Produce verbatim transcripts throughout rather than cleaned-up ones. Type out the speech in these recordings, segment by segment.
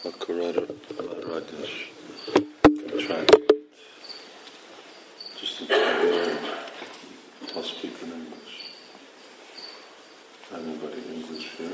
Akkor Radha is translate just a word. I'll speak in English. Anybody English here?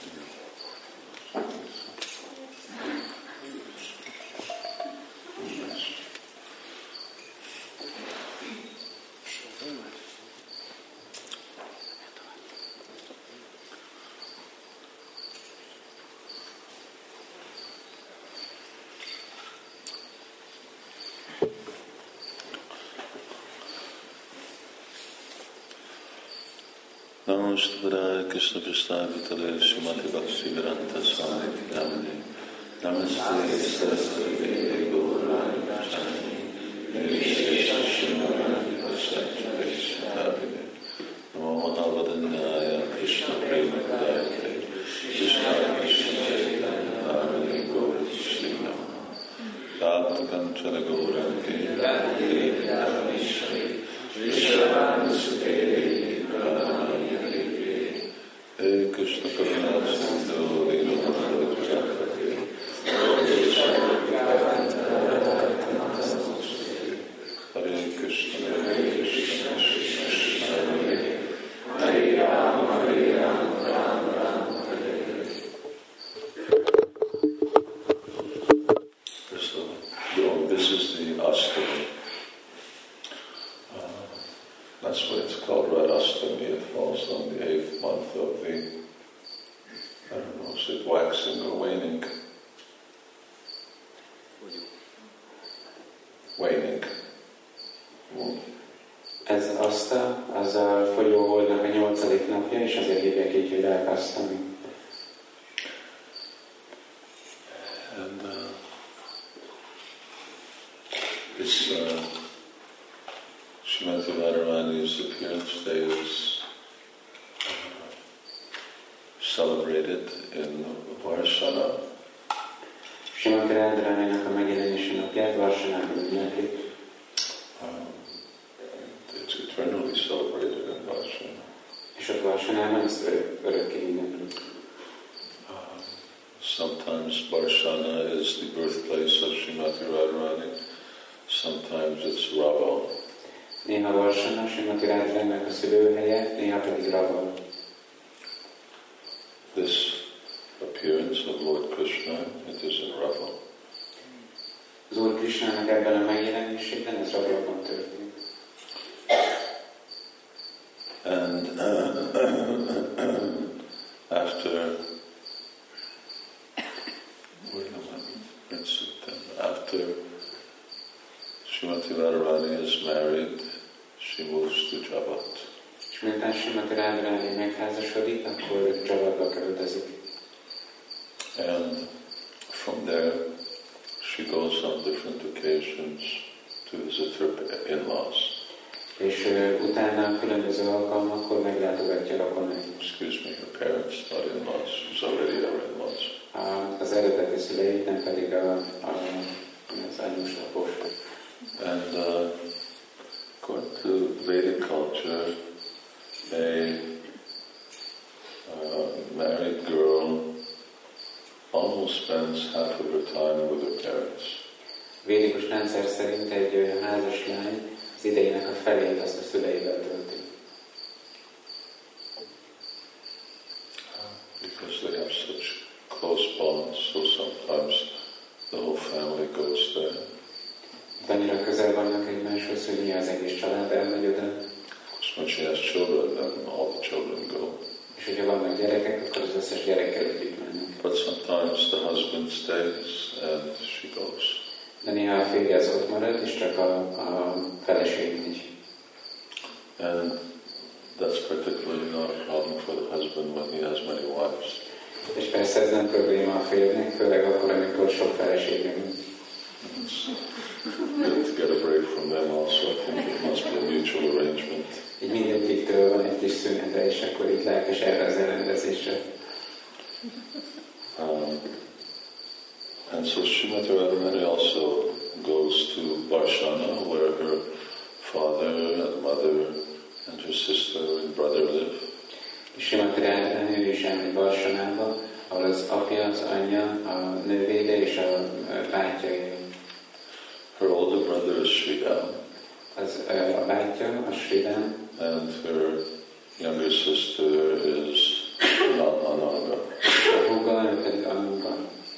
Namaste Krishna Prasthaya Vitale Srimati Bhaktivedanta Swami Namane Namaste Saraswati Gaurani Prasthaya Namaste Shrimati Bhaktivedanta Namo Mahavadanyaya Krishna Prema Kudayate Krishna Krishna Chaitanya Namane Gauri Shri Namaha Bhakta Kanchana Gaurangi Radhe Radhamishri Vishravana Sukhe Krishna Karuna Sindhu Leela Prajapati Hare Krishna Hare Krishna Krishna Hare Hare Rama Hare Rama Rama Rama Hare Hare. So, this is the Astami. Uh, that's what it's called, right? Astami. It falls on the eighth month of the, I don't know, is it waxing or waning? Waning. Mm. Ez Asta, az a folyóholdnak a nyolcadik napja, és azért hívják így, hogy Asztami. And uh, it's uh, Srimati Radharani's appearance day is uh, celebrated in Varshana. Srimati Radharaninak a megjelenési napját Varsanában ünneplik. Um, it's eternally celebrated in Varshana. És ott Varsanában ezt örök, örökké ünneplik. Uh, sometimes Varshana is the birthplace of Srimati Radharani. Sometimes it's Raval. Néha Varsana, Srimati Radharaninak a szülőhelye, néha pedig Raval. This appearance of Lord Krishna, it is in Raval. Az Úr Krishnának ebben a megjelenésében ez Ravalban történik. And uh, after after Srimati Radharani is married, she moves to Jabat. És miután Srimati Radharani megházasodik, akkor Jabatba költözik. And from there, she goes on different occasions to visit her in-laws. És uh, utána különböző alkalmakkor meglátogatja rokonait. Excuse me, her parents, not in-laws. She's already our in-laws. Uh, az eredeti szüleit, nem pedig a, a, az anyós lapos. And uh, according to Vedic culture, a uh, married girl almost spends half of her time with her parents. Védikus rendszer szerint egy házas lány az idejének a felét azt a szüleivel tölti. Because they have such close bonds, so sometimes the whole family goes there. Annyira közel vannak egymáshoz, hogy mi az egész család elmegy oda. Of course, when she has children, then all the children go. És hogyha vannak gyerekek, akkor az összes gyerekkel együtt mennek. But sometimes the husband stays and she goes. De néha a férje az ott marad, és csak a, a feleség megy. And that's particularly not a problem for the husband when he has many wives. És persze ez nem probléma a férjnek, főleg akkor, amikor sok felesége van. Good to get a break from them also. I think it must be a mutual arrangement. Így mindegyiktől van egy kis szünetre, és akkor itt lelkes erre az elrendezésre. Um, and so Srimati Radharani also goes to Varshana, where her father and mother and her sister and brother live. Srimati Radharani is elmegy Varsanába, ahol az apja, az anyja, a nővére a bátyja. Her older brother is Sridham. Az a bátyja, a Sridham. And her younger sister is Ananga. A húga, ő pedig Ananga.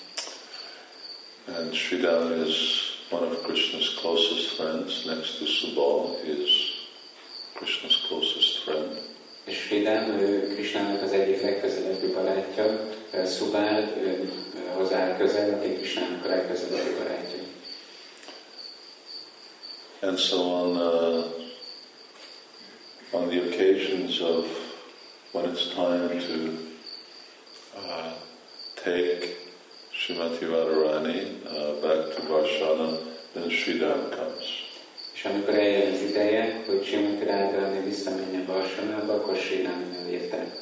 And Sridham is one of Krishna's closest friends. Next to Subal, he is Krishna's closest friend. És Sridham, ő Krishnának az egyik legközelebbi barátja. Subal, ő hozzá közel, aki Krishnának a legközelebbi barátja. And so on, uh, on the occasions of when it's time to uh, take Srimati Radharani uh, back to Varshana, then Sridham comes. És amikor eljön az ideje, hogy Srimati Radharani visszamenjen Varsanába, akkor Sridham jön érte.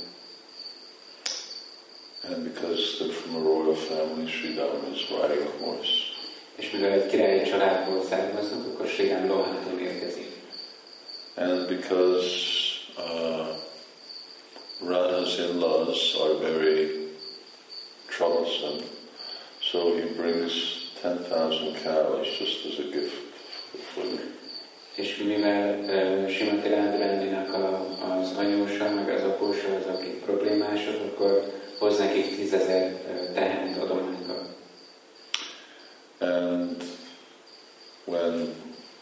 And because they're from a royal family, Sridham is riding a horse. És mivel egy királyi családból származnak, akkor Sridham loháton érkezik. And because uh, Radha's in-laws are very troublesome, so he brings ten thousand cows just as a gift for them. És mivel uh, Srimati Radharaninak az anyósa, meg az apósa az, akik problémások, akkor hoz nekik tízezer uh, tehet adományba. And when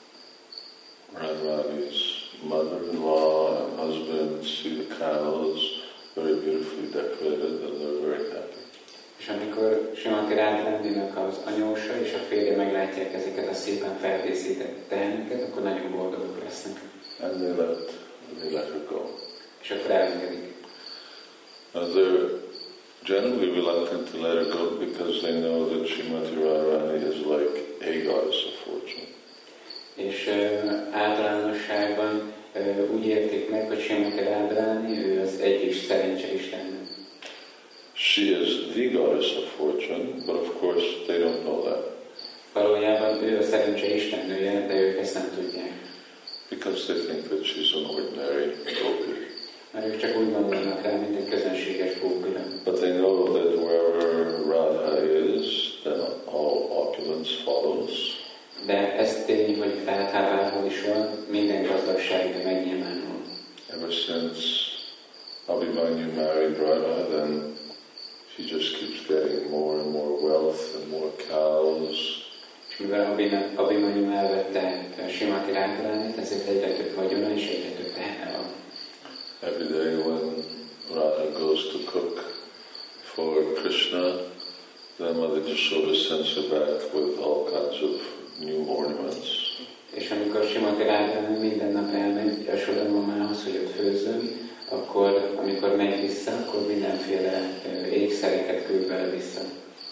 Radharani's mother-in-law and husband see the cows very beautifully decorated, and they're very happy. És amikor Srimati Radharaninak az anyósa és a férje meglátják ezeket a szépen felkészített teheneket, akkor nagyon boldogok lesznek. And they let, they let her go. És akkor elengedik. Uh, they're generally reluctant to let her go because they know that Srimati Radharani is like a goddess of fortune. És uh, általánosságban uh, úgy érték meg, hogy Srimati Radharani, ő az egyik szerencse istennő. She is the goddess of fortune, but of course they don't know that. Valójában ő a szerencse istennője, de ők ezt nem tudják. Because they think that she's an ordinary gopi. Mert ők csak úgy gondolnak rá, mint egy közönséges gópira. But they know that wherever Radha is, then all opulence follows. De ez tény, hogy Radhában is van, minden gazdagság megnyilvánul. Ever since Abhimanyu married Radha, then she just keeps getting more and more wealth and more cows. És mivel Abhimanyu elvette Srimati Radharanit, ezért egyre több vagyona és egyre több tehene van. Every day when Radha goes to cook for Krishna, then Mother Yashoda sends her back with all kinds of new ornaments. És amikor Srimati Radharani minden nap elmegy Yashoda mamához, hogy ott főzzön, akkor amikor megy vissza, akkor mindenféle ékszereket küld vele vissza.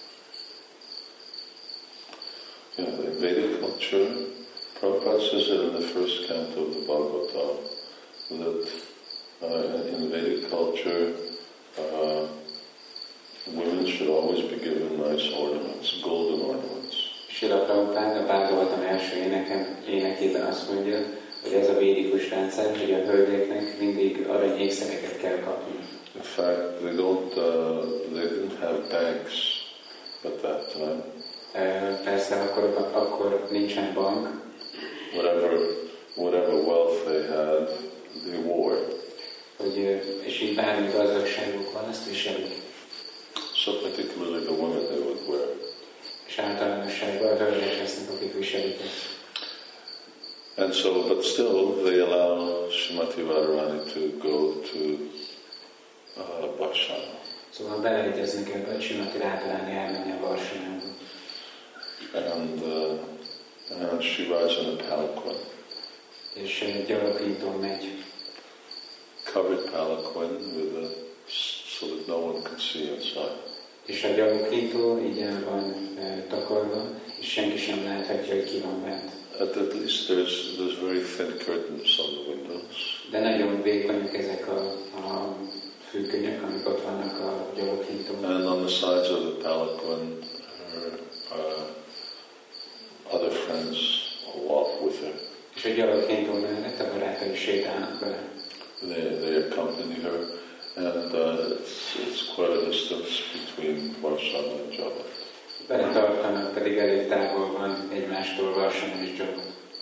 Yeah, in Vedic culture, Prabhupada says it in the first canto of the Bhagavatam, that uh, in Vedic culture, uh, women should always be given nice ornaments, golden ornaments. Srila Prabhupád a Bhagavatam első éneken, énekében azt mondja, hogy ez a védikus rendszer, hogy a hölgyeknek mindig arany ékszereket kell kapni. In fact, they don't, uh, they didn't have banks at that time. Uh, persze, akkor, akkor nincsen bank. Whatever, whatever wealth they had, they wore. Hogy, és így bármi gazdagságuk van, azt viselik. So particularly the women, they would wear. És általánosságban a hölgyek lesznek, akik viselik ezt. And so, but still, they allow Srimati Radharani to go to uh, Varshana. Szóval beleegyeznek ebbe, hogy Srimati Radharani elmenjen Varsanába. And, uh, and she rides on a palanquin. És gyalogítón megy. Covered palanquin with a, so that no one can see inside. És a gyalogító így el van e, takarva, és senki sem láthatja, hogy ki van bent. At, at least there's, there's very thin curtains on the windows. De nagyon vékonyak ezek a, a fűkönyök, amik ott vannak a gyalogítón. And on the sides of the palanquin, her uh, other friends walk with her. És a gyalogító mellett a barátai sétálnak vele. They, they accompany her, and uh, it's, it's quite a distance between Varshana and Jagat. Beletartanak elég távol van egymástól Varsana és Java.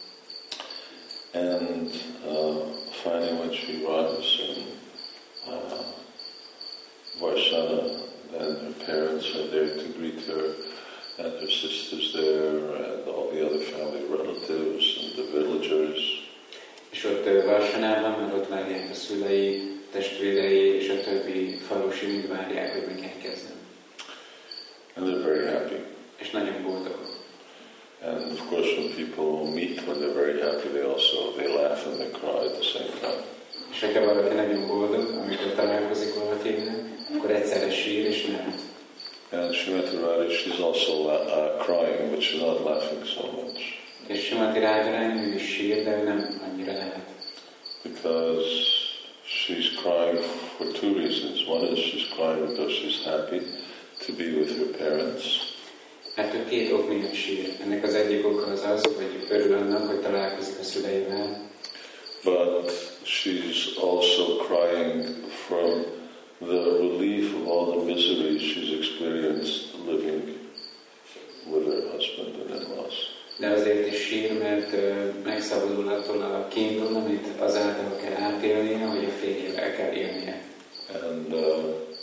And uh, finally when she arrives in uh, Varsana, then her parents are there to greet her, and her sisters there, and all the other family relatives and the villagers. És ott Varsanában, mert ott várják a szülei, testvérei és a többi falusi mind várják, hogy miket kezdem. And they're very happy. És nagyon boldogok. And of course when people meet, when they're very happy, they also, they laugh and they cry at the same time. És hogyha valaki nagyon boldog, amikor találkozik valakivel, akkor egyszerre sír és nevet. And Srimati Radha, she's also uh, crying, but she's not laughing so much. És Srimati Radharani, ő is sír, de ő nem annyira nevet. Because she's crying for two reasons. One is she's crying because she's happy to be with her parents. Mert ő két ok miatt sír. Ennek az egyik oka az az, hogy örül annak, hogy találkozik a szüleivel. But she's also crying from the relief of all the miseries she's experienced living with her husband and in-laws. De azért is sír, mert uh, megszabadul attól a kínból, amit azáltal kell átélnie, hogy a férjével kell élnie. And uh,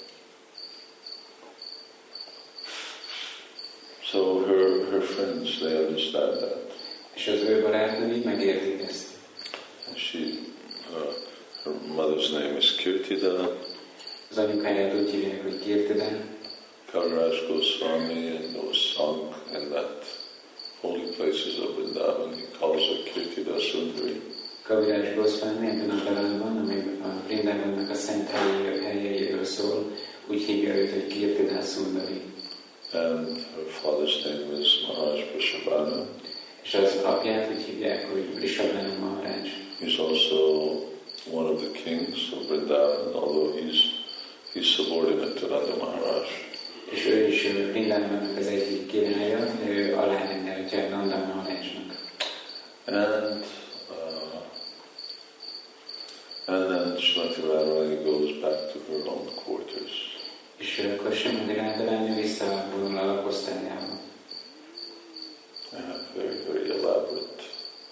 so her, her friends, they understand that. És az ő barátnői megértik ezt. And she, uh, her mother's name is Kirtida. Az anyukáját úgy hívják, hogy Kirtida. Kaviraj Goswami and was sung in that holy places of Vrindavan. He calls her Kirtida Sundari. Kaviraj Goswami ebben a dalában, ami a Vrindavannak a szent helyeiről szól, úgy hívja őt, hogy Kirtida Sundari. And her father's name is Maharaj Vrishabhanu. És az apját úgy hívják, hogy Vrishabhanu Maharaj. He's also one of the kings of Vrindavan, although he's he's subordinate to Nanda Maharaj. És ő is Vrindavannak az egyik királya, ő alárendeltje Nanda Maharajnak. And uh, and then Srimati Radharani goes back to her own quarters. És akkor Srimati Radharani visszavonul a lakosztályába. They have very, very elaborate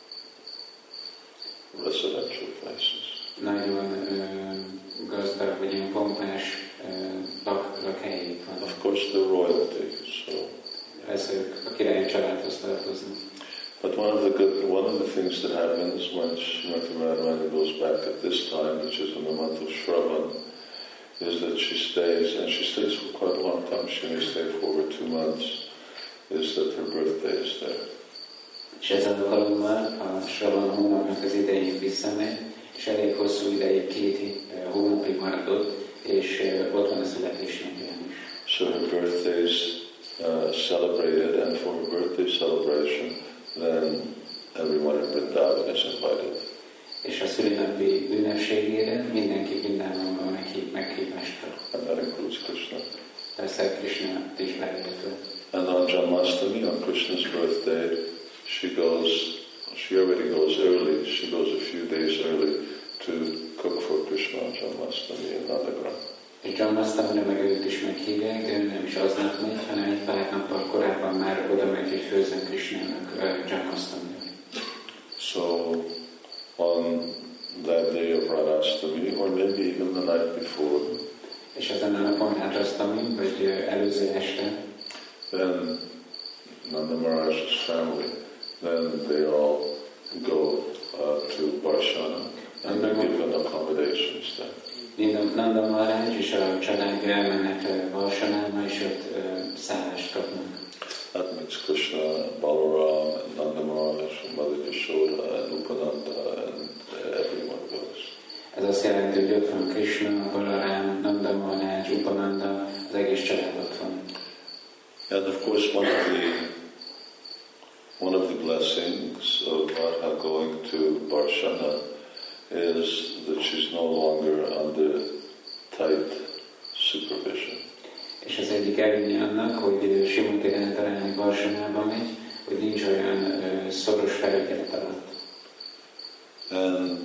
residential places. Nagyon uh, gazdag, vagy ilyen pompás uh, lak, lakhelyeik vannak. Of course, the royalty. So, Persze ők a királyi családhoz tartoznak. but one of the good, one of the things that happens when Srimati Radharani goes back at this time, which is in the month of Shravan, is that she stays, and she stays for quite a long time. She may stay for over two months. Is that her birthday is there? És ez alkalommal a Shravan hónapnak az idején visszamegy, és elég hosszú ideig, két hónapig maradott, és ott van a születésnapján is. So her birthday is uh, celebrated, and for her birthday celebration, then everyone in Vrindavan is invited. És a szülinapi ünnepségére mindenki Vrindavanban meghív, meghívást kap. And that includes Krishna. Persze Krishna is belétve. And on Janmashtami, on Krishna's birthday, she goes, she already goes early, she goes a few days early to cook for Krishna on Janmashtami in Nandagram. És Janmashtami-ra meg őt is meghívják, de ő nem is aznap megy, hanem egy pár nappal korábban már oda megy, hogy főzzön Krishnának uh, Janmashtami-ra. So on that day of Radhastami, or maybe even the night before, és ezen a napon Radhastami, vagy uh, előző este, then Nanda Maharaj's family, then they all go uh, to Varshana and they're given accommodations there. Nanda Maharaj és a családja elmennek Varsanába, és ott uh, szállást kapnak. That means Krishna, Balaram, and Nanda Maharaj, and Mother Yashoda, and Upananda, and everyone goes. Ez azt jelenti, hogy ott van Krishna, Balaram, Nanda Maharaj, Upananda, az egész család ott van. And of course, one of the one of the blessings of Radha going to Varshana is that she's no longer under tight supervision. És az egyik előnye annak, hogy Srimati Radharani Varsanába megy, hogy nincs olyan uh, szoros felügyelet alatt. And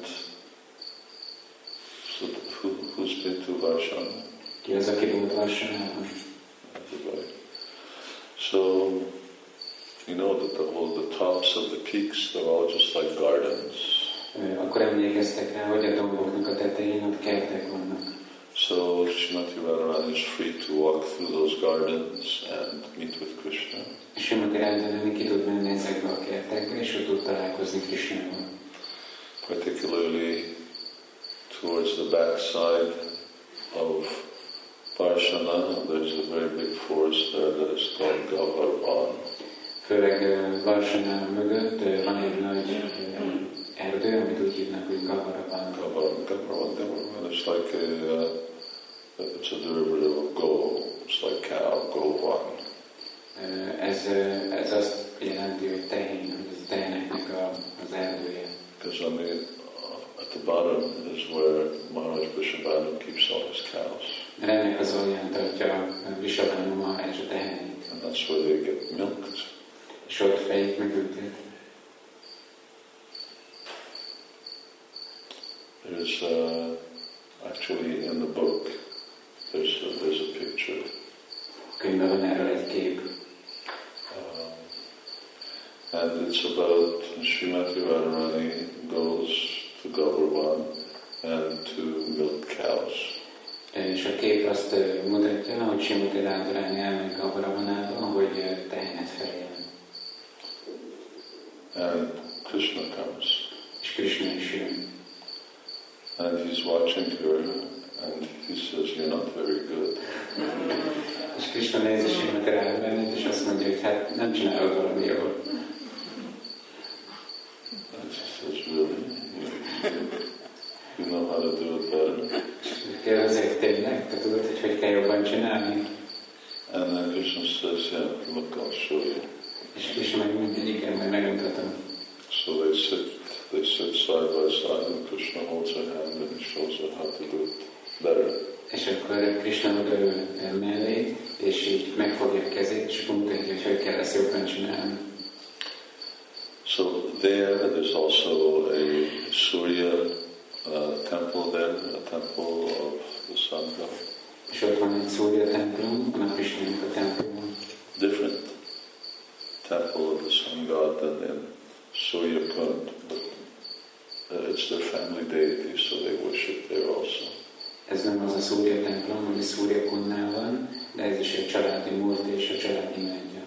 so who, who's been to Varshana? Ki az, aki volt Varsanában? Everybody. So you know that the whole the tops of the peaks, they're all just like gardens. Akkor emlékeztek rá, hogy a domboknak a tetején ott kertek vannak. So Srimati Radharani is free to walk through those gardens and meet with Krishna. És Srimati Radharani ki tud menni ezekbe a kertekbe, és ott tud találkozni Krishnával. Particularly towards the backside of Parshana, there's a very big forest there that is called Gavarvan. Főleg Varsana mögött van egy nagy erdő, amit úgy hívnak, hogy Gavarvan. Gavarvan, Gavarvan, Gavarvan. It's like a, uh, it's a derivative of go. It's like cow, Govan. Ez, ez azt jelenti, hogy tehén, hogy ez a tehéneknek a, az erdője. Because on the, uh, at the bottom is where Maharaj Vrishabhanu keeps all his cows. Mert ennek az alján tartja Vrishabhanu Maharaj a tehenét. And that's where they get milked. És ott fejik meg őket. There's uh, actually in the book, there's a, there's a picture. Könyvben van erről egy kép. Um, and it's about Srimati Radharani goes to Gavarvan and to milk cows. És a kép azt mutatja, hogy Srimati Radharani elmegy Gavarvanába, hogy tehenet feljelent. And Krishna comes. És Krishna is jön. And he's watching her and he says, you're not very good. És Krishna nézi Srimati Radharanit, és azt mondja, hogy hát nem csinálod valami jól. And she says, really? You know how to do it better? Kérdezzék tényleg? Te tudod, hogy hogy kell jobban csinálni? And then Krishna says, yeah, look, I'll show you. És Krishna meg mindig, igen, majd megmutatom. So they sit, they sit side by side and Krishna holds her hand and he shows her how to do it better. És akkor Krishna odaül mellé, és így megfogja a kezét, és mutatja, hogy hogy kell ezt jobban csinálni. So there, there's also a Surya uh, temple there, a temple of the sun god. És ott van egy Surya templom, a Napistjának a templom. Different temple of the sun god than in Surya Kund, but uh, it's their family deity, so they worship there also. Ez nem az a Surya templom, ami Surya Kundnál van, de ez is egy családi múlt és a családi imádja.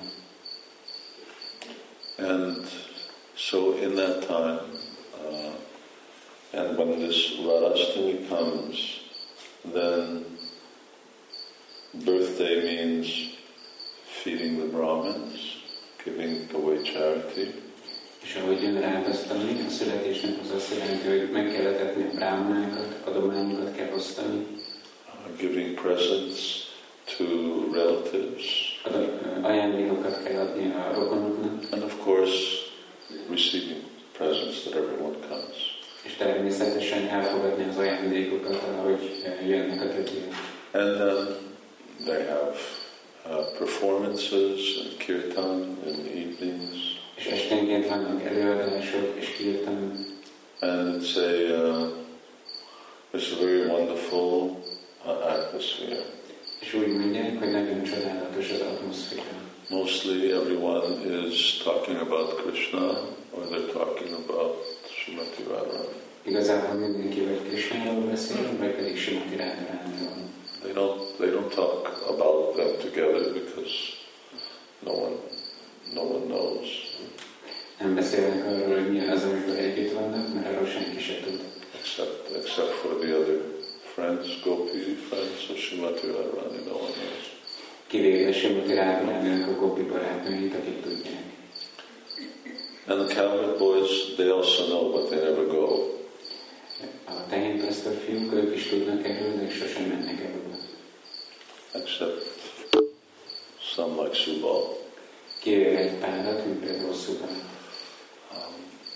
And so in that time, uh, and when this Radhastami comes, then birthday means feeding the Brahmins, giving away charity. És ahogy jön Radhastami, a születésnek az azt jelenti, hogy meg kell etetni a bráhmanákat, adományokat kell osztani. Uh, giving presents to relatives. Ajándékokat kell adni a rokonoknak. And of course, receiving presents that everyone comes. És természetesen elfogadni az ajándékokat, ahogy jönnek a többiek. And then they have uh, performances and kirtan in the evenings. És esténként vannak előadások és kirtan. And it's a uh, it's a very wonderful uh, atmosphere. És úgy mondják, hogy nagyon csodálatos az atmoszféra. Mostly everyone is talking about Krishna, or they're talking about Srimati Radharani. Igazából mindenki vagy Krishnáról beszél, vagy pedig Srimati Radharaniról. They don't they don't talk about them together because no one no one knows. Nem beszélnek arról, hogy milyen az, amikor együtt vannak, mert arról senki se tud. Except except for the other friends, Gopi friends of Srimati Radharani, no one knows. Kivéve Srimati Radharaninak a Gopi barátnőit, akik tudják. And the cowherd boys, they also know, but they never go. A tehénpasztor fiúk, ők is tudnak erről, de sosem mennek el oda. Except some like Subal. Kivéve egy párat, mint például Subal. Um,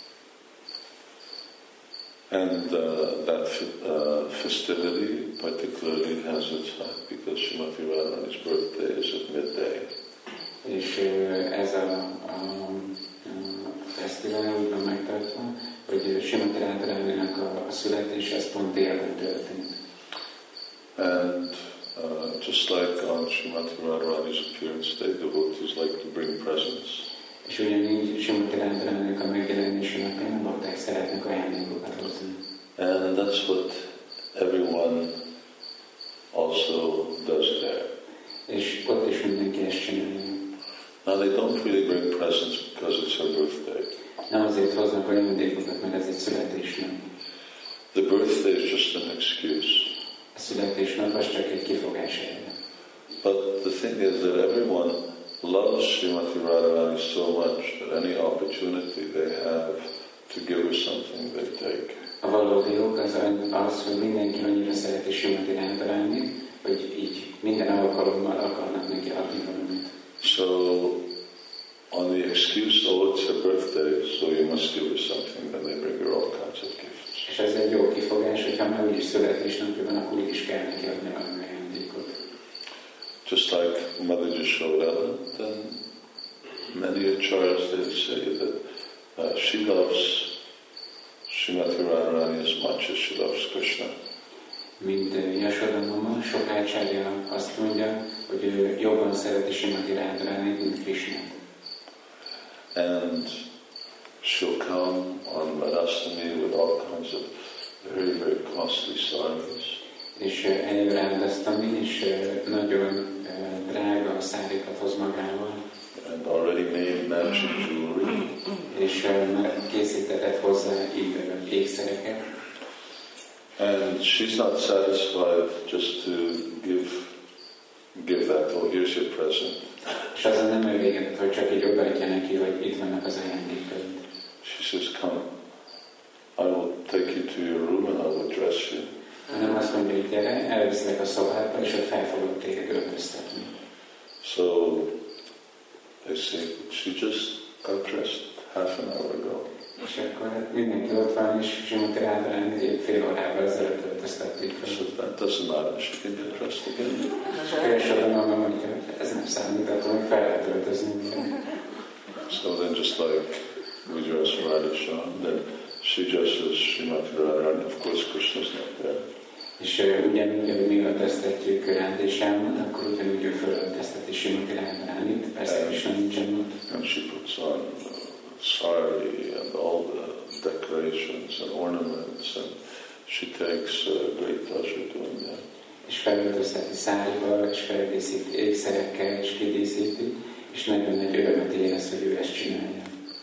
and uh, that uh, festivity particularly has its height because Srimati Radharani's birthday is at midday. És ez a, a, a fesztivál úgy van megtartva, hogy Srimati Radharaninak a, a születése az pont délben történt. And uh, just like on Srimati Radharani's appearance day, devotees like to bring presents. És ugyanígy Srimati Radharaninak a megjelenési napján a bakták szeretnek ajándékokat hozni. And that's what everyone also does there. És ott is mindenki ezt csinálja. Now they don't really bring presents because it's her birthday. Nem azért hoznak ajándékokat, mert ez egy születésnap. The birthday is just an excuse. A születésnap az csak egy kifogás erre. But the thing is that everyone loves Srimati Radharani so much that any opportunity they have to give her something they take. A valódi ok az, az, hogy mindenki annyira szereti Srimati Radharani, hogy így minden alkalommal akarnak neki adni valamit. So, on the excuse, oh, it's her birthday, so you must give her something, then they bring her all kinds of gifts. És ez egy jó kifogás, hogyha már úgyis születésnapja van, akkor úgyis kell neki adni valami ajándékot. Just like Mother Yashoda, then many acharyas they say that uh, she loves Srimati Radharani as much as she loves Krishna. Mint Yashoda mama, sok ácsárja azt mondja, hogy ő jobban szereti Srimati Radharanit, mint Krishnát. And she'll come on Radhastami with all kinds of very, very costly saris. És eljön Radhastami, és nagyon drága szárikat hoz magával. And already made magic jewelry. És készítetett hozzá ékszereket. And she's not satisfied just to give give that, oh, here's your present. És azon nem elégedett, hogy csak így odaadja neki, hogy itt vannak az ajándékaid. She says, come, I will take you to your room and I will dress you. Hanem azt mondja, hogy gyere, elviszlek a szobádba, és ott fel fogok téged öltöztetni. So, they say, she just got dressed half an hour ago. És akkor mindenki ott van, és Srimati Radharani egy fél órával ezelőtt öltöztették fel. So that doesn't matter, she can get dressed again. És akkor Yashoda maga mondja, ez nem számít, hogy fel lehet öltözni. So then just like we dress Radha, then she dresses Srimati Radharani, of course Krishna's not there. És uh, ugyanúgy, hogy mi öltöztetjük Radhésámot, akkor ugyanúgy ő fölöltözteti Srimati Radharanit, persze Krishna nincsen ott. And she puts on sari and all the decorations and ornaments, and she takes uh, great pleasure doing that. És felöltözteti szárival, és feldíszíti ékszerekkel, és kidíszíti, és nagyon nagy örömet érez, hogy ő ezt csinálja.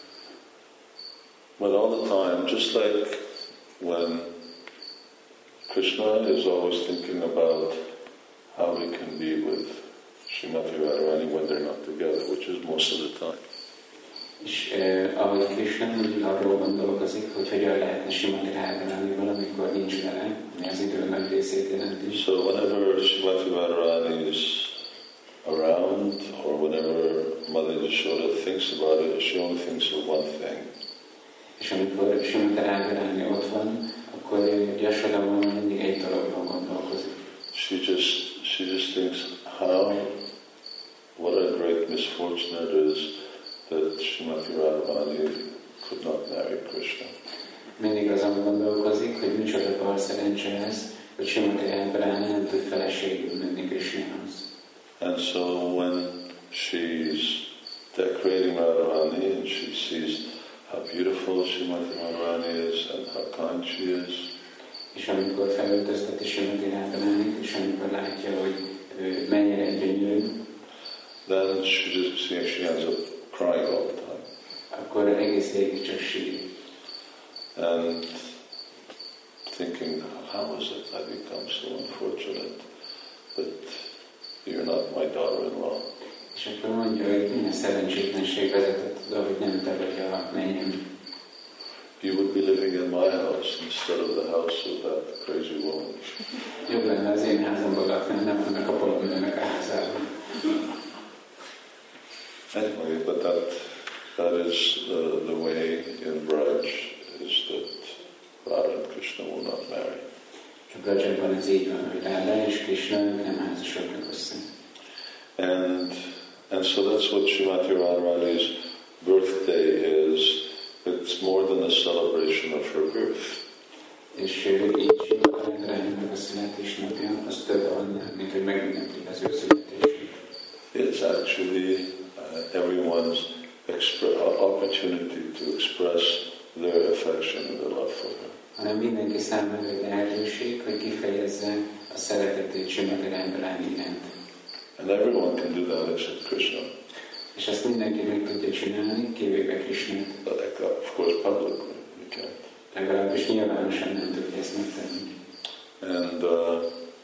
But all the time, just like when Krishna is always thinking about how he can be with Srimati Radharani when they're not together, which is most of the time. És eh, ahogy Krishna mindig arról gondolkozik, hogy hogyan lehetne Srimati Radharani valamikor nincs vele, ami az idő nagy részét jelenti. So whenever Srimati Radharani is around, or whenever Mother Yashoda thinks about it, she only thinks of one thing. És amikor Srimati Radharani ott van, akkor Yashoda mama mindig egy dologban gondolkozik. She just, she just thinks how, what a great misfortune it is that Srimati Radharani could not marry Krishna. Mindig azon gondolkozik, hogy micsoda bal szerencse ez, hogy Srimati Radharani nem tud feleségül menni Krishnához. And so when she's decorating Radharani and she sees how beautiful Srimati Radharani is and how kind she is, és amikor felöltözteti Srimati Radharanit, és amikor látja, hogy ő mennyire gyönyörű, then she just she, she ends up crying all the time. akkor egész végig csak sír. And thinking, how is it I become so unfortunate that you're not my daughter-in-law? És akkor mondja, hogy milyen szerencsétlenség vezetett oda, hogy nem te vagy a mennyem. You would be living in my house instead of the house of that crazy woman. Jobb lenne az én házamban lakni, nem annak a polomnőnek a házában. Anyway, but that that is uh, the way in Braj is that Radha and Krishna will not marry. Csak Brajban ez így van, hogy Radha és Krishna nem házasodnak össze. And and so that's what Srimati Radharani's birthday is. It's more than a celebration of her birth. És így Srimati Radharaninak a születésnapja az több annál, mint hogy megünneplik az ő születését. It's actually uh, everyone's expre- opportunity to express their affection and their love for her. Hanem mindenki számára egy lehetőség, hogy kifejezze a szeretetét Srimati Radharani iránt. And everyone can do that except Krishna. És ezt mindenki meg tudja csinálni, kivéve Krishnát. Like, uh, of course, publicly you can. Legalábbis nyilvánosan nem tudja ezt megtenni. And uh,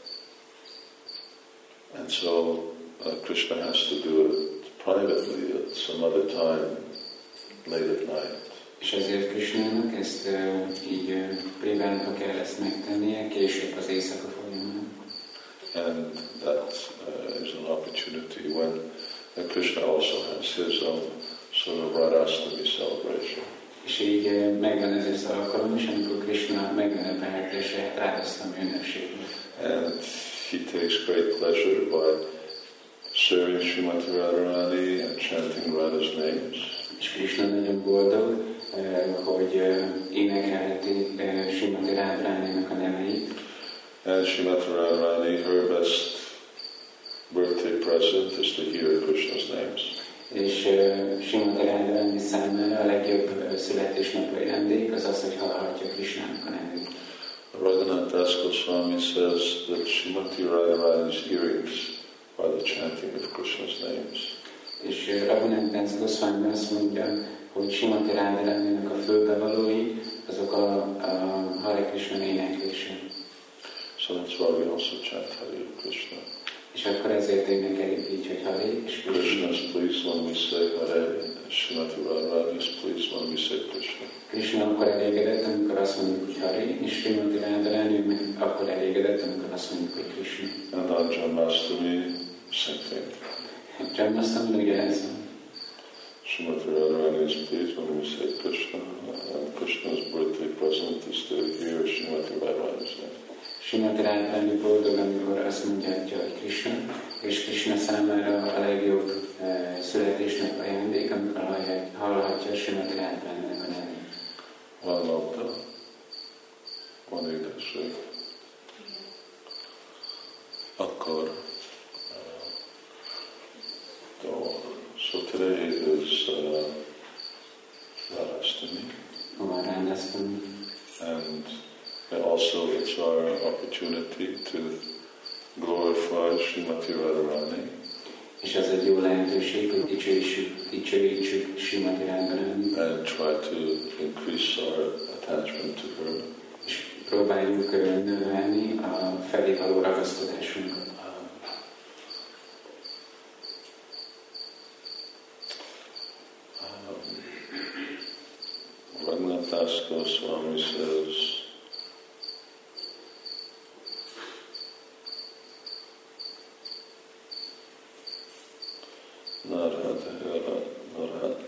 and so uh, Krishna has to do it privately at some other time, late at night. És ezért Krishnának ezt uh, így uh, privátban kell ezt megtennie, később az éjszaka folyamán. And that uh, is an opportunity when uh, Krishna also has his own sort of Radhastami celebration. És így uh, megvan ez az alkalom is, amikor Krishna megünnepelheti a saját Radhastami ünnepségét. And he takes great pleasure by serving Srimati Radharani and chanting Radha's names. És Krishna nagyon boldog, hogy énekelheti Srimati Radharaninak a neveit. And Srimati Radharani, her best birthday present is to hear Krishna's names. És Srimati Radharani számára a legjobb születésnapi ajándék az az, hogy hallhatja Krishnának a nevét. Raghunath Das Goswami says that Srimati Radharani's earrings are the chanting of Krishna's names. És Raghunath Das Goswami azt mondja, hogy Srimati Radharaninak a főbevalói, azok a, a Hare Krishna éneklése. So that's why we also chant Hare Krishna. És akkor ezért énekeljük így, hogy Hare és Krishna. Krishna is pleased when we say Hare, and Srimati Radharani is pleased when we say Krishna. Krishna akkor elégedett, amikor azt mondjuk, hogy Hare, és Srimati Radharani meg akkor elégedett, amikor azt mondjuk, hogy Krishna. And on Janmashtami, same thing. Janmashtami ugyanez van. Srimati Radharani is pleased when we say Krishna, and Krishna's birthday present is to hear Srimati Radharani's name. Srimati Radharani boldog, amikor azt mondhatja, hogy Krishna, és Krishna számára a legjobb uh, születésnek ajándék, amikor hallhatja Srimati Radharaninak a nevét. Van labda, van édesség. Akkor, uh, so today is uh, Radhastami. Hova Radhastami. And also it's our opportunity to glorify Srimati Radharani. És ez egy jó lehetőség, hogy dicsőítsük, dicsőítsük Srimati Radharani. And try to increase our attachment to her. És próbáljuk növelni a felé való ragaszkodásunkat. Raghunath Das Goswami says, Narhadhara, Narhad,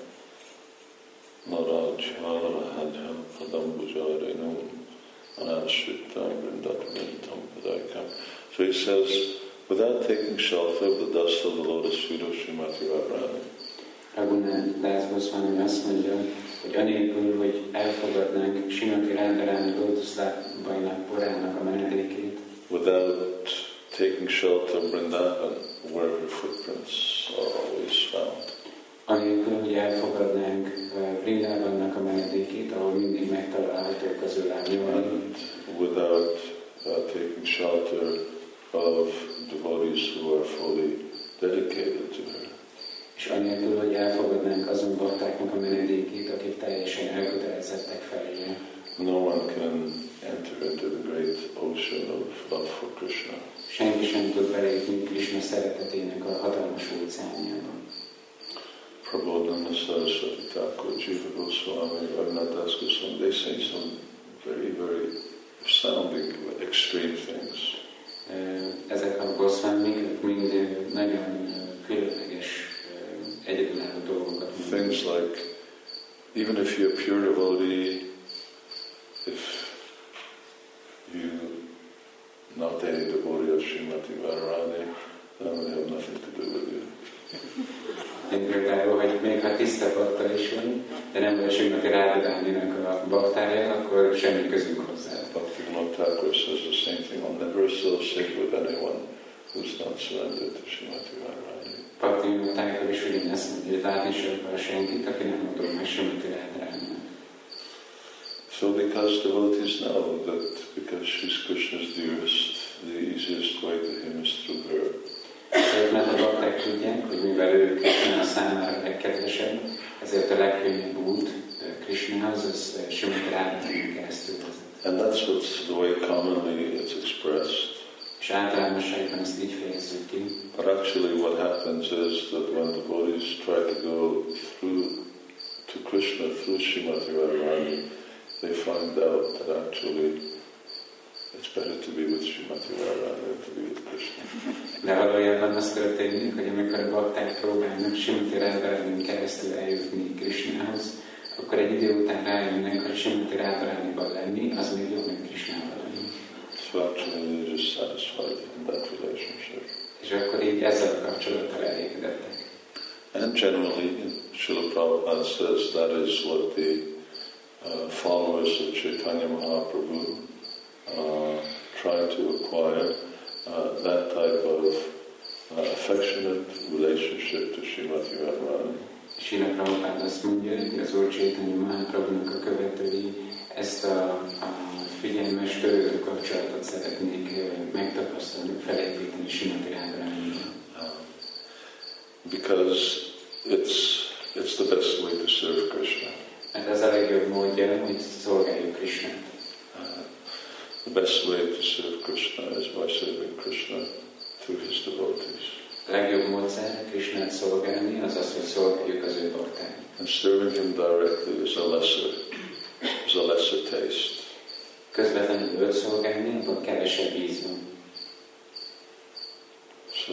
Narajhara, Padambujarinum, Anashritam, Vrindavintam, Padaikam. So he says, without taking shelter of the dust of the lotus feet of Srimati Radharani. Raghunath Das Goswami azt mondja, hogy anélkül, hogy elfogadnánk Srimati Radharani lótuszlábainak porának a menedékét, without taking shelter of Vrindavan, where her footprints are always found, anélkül, hogy elfogadnánk Vrindavannak a menedékét, ahol mindig megtalálhatók az ő lábnyomai, without uh, taking shelter of devotees who are fully dedicated to her, és anélkül, hogy elfogadnánk azon baktáknak a menedékét, akik teljesen elkötelezettek felé. no one can enter into the great ocean of love for Krishna. Senki sem tud belépni Krishna szeretetének a hatalmas óceánjába. Prabodhana Saraswati Thakur, Jiva Goswami, Raghunath Das Goswami, they say some very, very sounding, extreme things. Ezek a Goswamik mind nagyon különleges, egyedülálló dolgokat mondanak. Things like, even if you're a pure devotee, if you not any devotee of Srimati Radharani, then they have nothing to do with you. Én például, hogy még ha tiszta bakta is van, de nem vagy Srimati Radharaninak a baktája, akkor semmi közünk hozzá. Bhaktivinoda Thakur says the same thing. I'll never associate with anyone who's not surrendered to Srimati Radharani. Bhaktivinoda Thakur is ugyanezt mondja, hogy látni sem akar senkit, aki nem adom meg Srimati Radharani. So because devotees know that because she's Krishna's dearest, the easiest way to him is through her. Ezért mert a bakták tudják, hogy mivel ő Krishna számára legkedvesebb, ezért a legkönnyebb út Krishnahoz, az Srimati Radharani keresztül vezet. And that's what's the way commonly it's expressed. És általánosságban ezt így fejezzük ki. But actually what happens is that when devotees try to go through to Krishna through Srimati Radharani, they find out that actually it's better to be with Srimati Radharani than to be with Krishna. De valójában az történik, hogy amikor a bakták próbálnak Srimati Radharani keresztül eljutni Krishnához, akkor egy idő után rájönnek, hogy Srimati Radharaniban lenni, az még jobb, mint Krishnával lenni. So actually they're just satisfied in that relationship. És akkor így ezzel a kapcsolattal elégedettek. And generally, Srila Prabhupada says that is what the uh, followers of Chaitanya Mahaprabhu uh, try to acquire, uh, that type of uh, affectionate relationship to Srimati Radharani. Srila Prabhupada azt mondja, hogy az Úr Chaitanya Mahaprabhunak a követői ezt a, a figyelmes, törődő kapcsolatot szeretnék megtapasztalni, felépíteni Srimati Radharaniban. Because it's it's the best way to serve Krishna. Mert ez a legjobb módja, hogy szolgáljuk Krishnát. Uh, the best way to serve Krishna is by serving Krishna through his devotees. A legjobb módszer Krishnát szolgálni az az, hogy szolgáljuk az ő baktáit. And serving him directly is a lesser, is a lesser taste. Közvetlenül őt szolgálni, abban kevesebb íz van. So,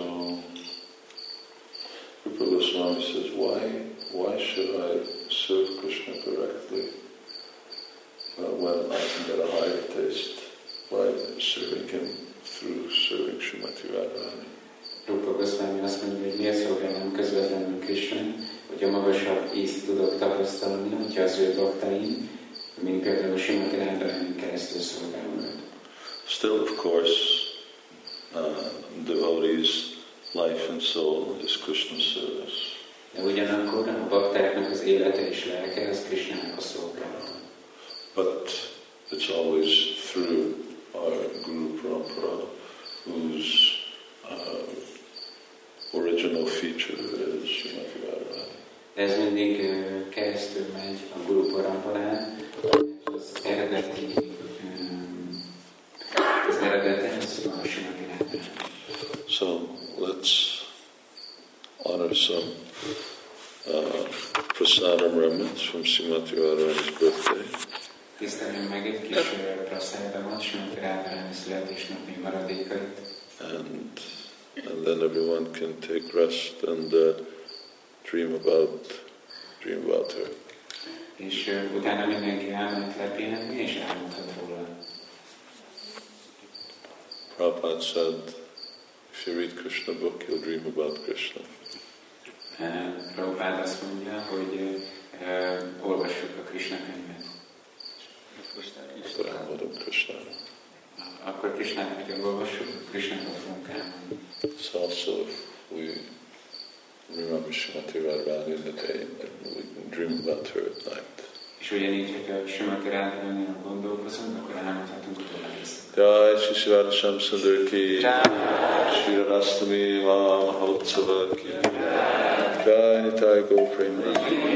Rupa Goswami says, why, why should I serve Krishna directly uh, when I can get a higher taste by serving him through serving Srimati Radharani? Rupa Goswami azt mondja, hogy miért szolgálnám közvetlenül Krishnát, hogyha magasabb ízt tudok tapasztalni, hogyha az ő baktáim, mint például Srimati Radharani keresztül szolgálom őt. Still, of course, uh, devotees' life and soul is Krishna service. De ugyanakkor a baktáknak az élete és lelke az Krishnának a szolgálata. But it's always through our Guru Parampara, whose uh, original feature is Srimati Radharani. Ez mindig uh, keresztül megy a Guru Paramparán, az eredeti, um, az eredete, az a Srimati Radharani. So let's honor some uh, prasadam remnants from Srimati Radharani's birthday. Tiszteljünk meg egy kis praszádamat, Srimati Radharani születésnapi maradékait. And, and then everyone can take rest and uh, dream about dream about her. És uh, utána mindenki elment lepihenni, és elmondhat róla. Prabhupada said, if you read Krishna book, you'll dream about Krishna. Uh, Prabhupada azt mondja, hogy uh, olvassuk a Krishna könyvet. Akkor elmondom Krishnára. Akkor Krishnát, hogyha olvassuk, Krishnát fogunk elmondani. So also if we remember Srimati Radharani in the day, then we can dream about her at night. És ugyanígy, hogyha Srimati Radharani-ra gondolkozunk, akkor elmondhatunk utána vissza. Jai Shri Shri Radha Shyam Sundar ki, Shri Radhastami Mahotsava ki, Jai Nitai Gaur Prema.